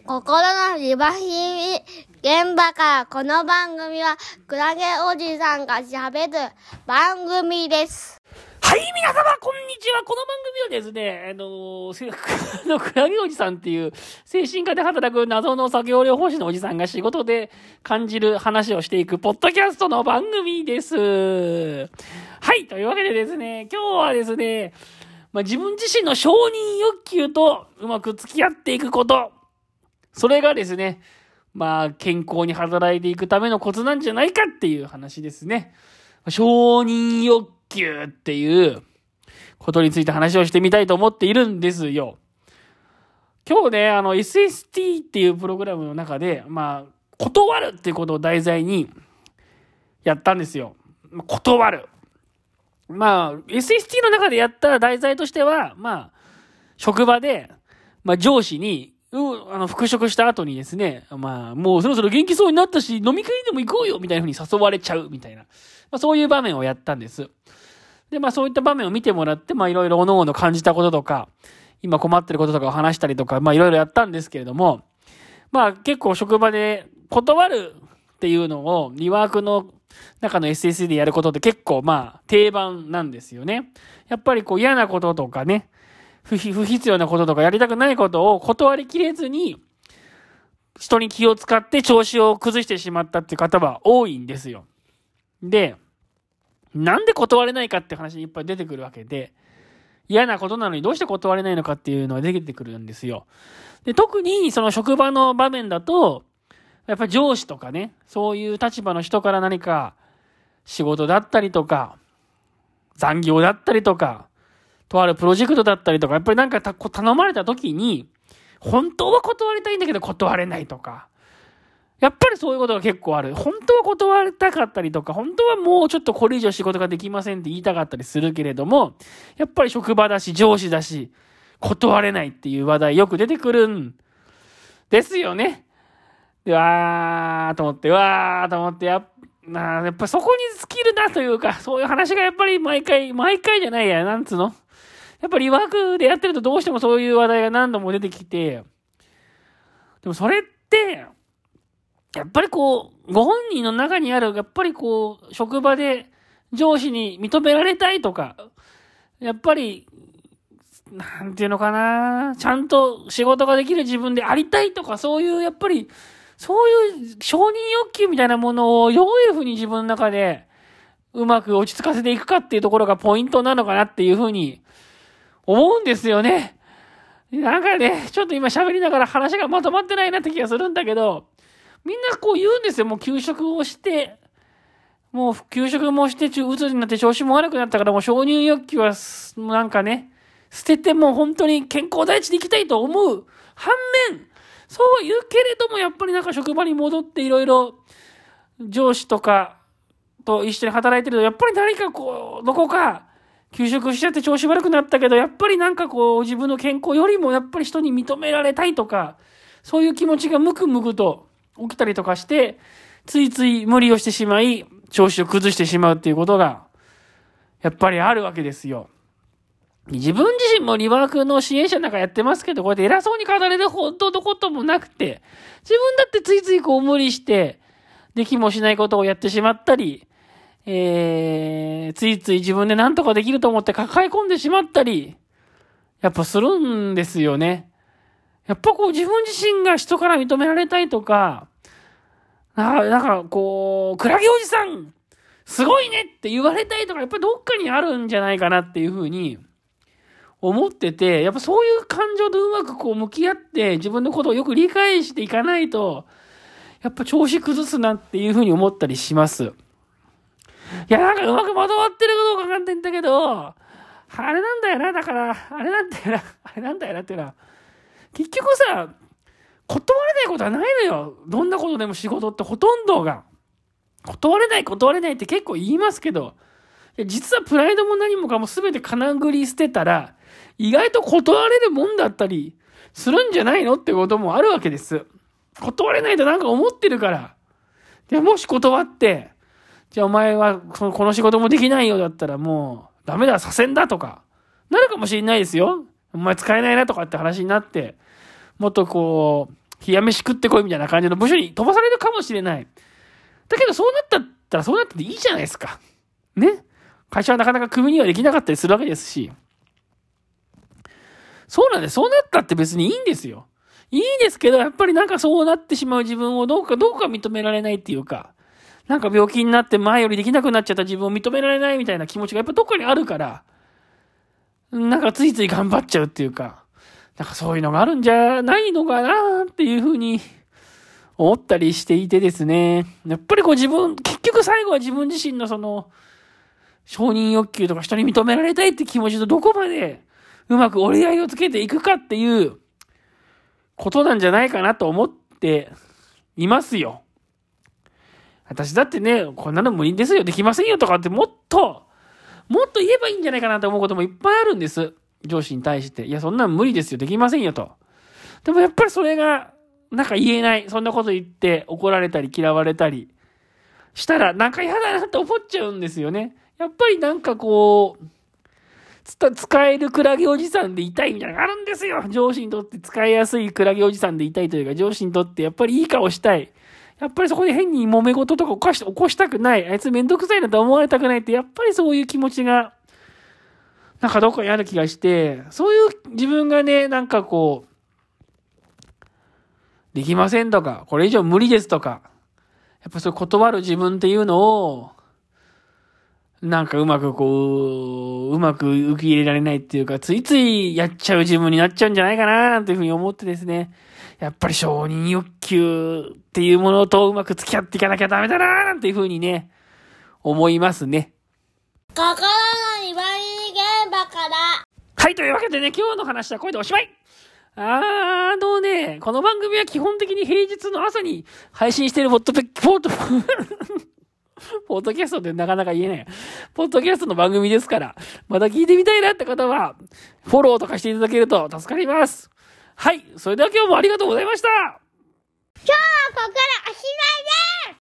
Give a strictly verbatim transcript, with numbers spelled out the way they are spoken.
心のリバヒミ現場からこの番組はクラゲおじさんが喋る番組です。 はい、皆様、こんにちは。この番組はですね、あのー、のクラゲおじさんっていう精神科で働く謎の作業療法士のおじさんが仕事で感じる話をしていくポッドキャストの番組です。はい、というわけでですね、今日はですね、まあ、自分自身の承認欲求とうまく付き合っていくこと。それがですね、まあ、健康に働いていくためのコツなんじゃないかっていう話ですね。承認欲求っていうことについて話をしてみたいと思っているんですよ。今日ね、あの エスエスティー っていうプログラムの中で、まあ、断るっていうことを題材にやったんですよ。断る。まあ、エスエスティー の中でやった題材としては、まあ、職場で、まあ上司に、うあの、復職した後にですね、まあ、もうそろそろ元気そうになったし、飲み会でも行こうよみたいな風に誘われちゃうみたいな。まあそういう場面をやったんです。で、まあそういった場面を見てもらって、まあいろいろ各々感じたこととか、今困ってることとかを話したりとか、まあいろいろやったんですけれども、まあ結構職場で断るっていうのを、リワークの中の エスエスディー でやることって結構まあ定番なんですよね。やっぱりこう嫌なこととかね、不必要なこととかやりたくないことを断りきれずに人に気を使って調子を崩してしまったっていう方は多いんですよ。で、なんで断れないかって話いっぱい出てくるわけで、嫌なことなのにどうして断れないのかっていうのが出てくるんですよ。で、特にその職場の場面だと、やっぱり上司とかね、そういう立場の人から何か仕事だったりとか、残業だったりとか、とあるプロジェクトだったりとか、やっぱりなんか頼まれた時に、本当は断りたいんだけど断れないとか、やっぱりそういうことが結構ある。本当は断りたかったりとか、本当はもうちょっとこれ以上仕事ができませんって言いたかったりするけれども、やっぱり職場だし、上司だし、断れないっていう話題よく出てくるんですよね。で、わーと思って、わーと思って、やっなやっぱそこに尽きるなというか、そういう話がやっぱり毎回、毎回じゃないや、なんつうのやっぱりリワークでやってるとどうしてもそういう話題が何度も出てきて、でもそれって、やっぱりこう、ご本人の中にある、やっぱりこう、職場で上司に認められたいとか、やっぱり、なんていうのかな、ちゃんと仕事ができる自分でありたいとか、そういう、やっぱり、そういう承認欲求みたいなものをどういうふうに自分の中でうまく落ち着かせていくかっていうところがポイントなのかなっていうふうに思うんですよね。なんかね、ちょっと今喋りながら話がまとまってないなって気がするんだけど、みんなこう言うんですよ。もう休職をして、もう休職もして、鬱になって調子も悪くなったから、もう承認欲求はなんかね、捨ててもう本当に健康第一で生きたいと思う反面、そう言うけれども、やっぱりなんか職場に戻っていろいろ上司とかと一緒に働いてると、やっぱり何かこう、どこか休職しちゃって調子悪くなったけど、やっぱりなんかこう、自分の健康よりもやっぱり人に認められたいとか、そういう気持ちがムクムクと起きたりとかして、ついつい無理をしてしまい、調子を崩してしまうっていうことが、やっぱりあるわけですよ。自分自身もリワークの支援者なんかやってますけど、こうやって偉そうに語れるほどのこともなくて、自分だってついついこう無理して、できもしないことをやってしまったり、えー、ついつい自分で何とかできると思って抱え込んでしまったり、やっぱするんですよね。やっぱこう自分自身が人から認められたいとか、なんかこう、クラゲおじさん、すごいねって言われたいとか、やっぱりどっかにあるんじゃないかなっていうふうに、思ってて、やっぱそういう感情とうまくこう向き合って自分のことをよく理解していかないと、やっぱ調子崩すなっていうふうに思ったりします。いや、なんかうまくまとまってるかどうかわかんないんだけど、あれなんだよな、だから、あれなんだよな、あれなんだよなっていうのは、結局さ、断れないことはないのよ。どんなことでも仕事ってほとんどが。断れない、断れないって結構言いますけど、いや実はプライドも何もかも全て金繰り捨てたら、意外と断れるもんだったりするんじゃないのってこともあるわけです。断れないとなんか思ってるから。で、もし断って、じゃあお前はこの仕事もできないよだったらもうダメだ、左遷だとか、なるかもしれないですよ。お前使えないなとかって話になって、もっとこう、 冷や飯食ってこいみたいな感じの部署に飛ばされるかもしれない。だけどそうなったったらそうなったっていいじゃないですか。ね。会社はなかなかクビにはできなかったりするわけですし。そうなんです。そうなったって別にいいんですよ。いいんですけど、やっぱりなんかそうなってしまう自分をどうかどうか認められないっていうか、なんか病気になって前よりできなくなっちゃった自分を認められないみたいな気持ちがやっぱどっかにあるから、なんかついつい頑張っちゃうっていうか、なんかそういうのがあるんじゃないのかなっていうふうに思ったりしていてですね。やっぱりこう自分、結局最後は自分自身のその、承認欲求とか人に認められたいって気持ちとどこまでうまく折り合いをつけていくかっていうことなんじゃないかなと思っていますよ。私だってね、こんなの無理ですよ、できませんよとかってもっと、もっと言えばいいんじゃないかなと思うこともいっぱいあるんです。上司に対して。いや、そんなの無理ですよ、できませんよと。でもやっぱりそれが、なんか言えない。そんなこと言って怒られたり嫌われたりしたら、なんか嫌だなって思っちゃうんですよね。やっぱりなんかこう、つた使えるクラゲおじさんでいたいみたいなのがあるんですよ。上司にとって使いやすいクラゲおじさんでいたいというか、上司にとってやっぱりいい顔したい。やっぱりそこで変に揉め事とか起こし、起こしたくない。あいつめんどくさいなと思われたくないって、やっぱりそういう気持ちが、なんかどっかにある気がして、そういう自分がね、なんかこう、できませんとか、これ以上無理ですとか、やっぱそう断る自分っていうのを、なんかうまくこう、うまく受け入れられないっていうか、ついついやっちゃう自分になっちゃうんじゃないかな、なんていうふうに思ってですね。やっぱり承認欲求っていうものとうまく付き合っていかなきゃダメだな、なんていうふうにね、思いますね。 心のにばり現場から。 はい、というわけでね、今日の話はこれでおしまい。あのね、この番組は基本的に平日の朝に配信しているポッドペ、ポッド、ポッドキャストでなかなか言えない。ポッドキャストの番組ですから、また聞いてみたいなって方は、フォローとかしていただけると助かります。はい、それでは今日もありがとうございました。 今日はここからおしまいです。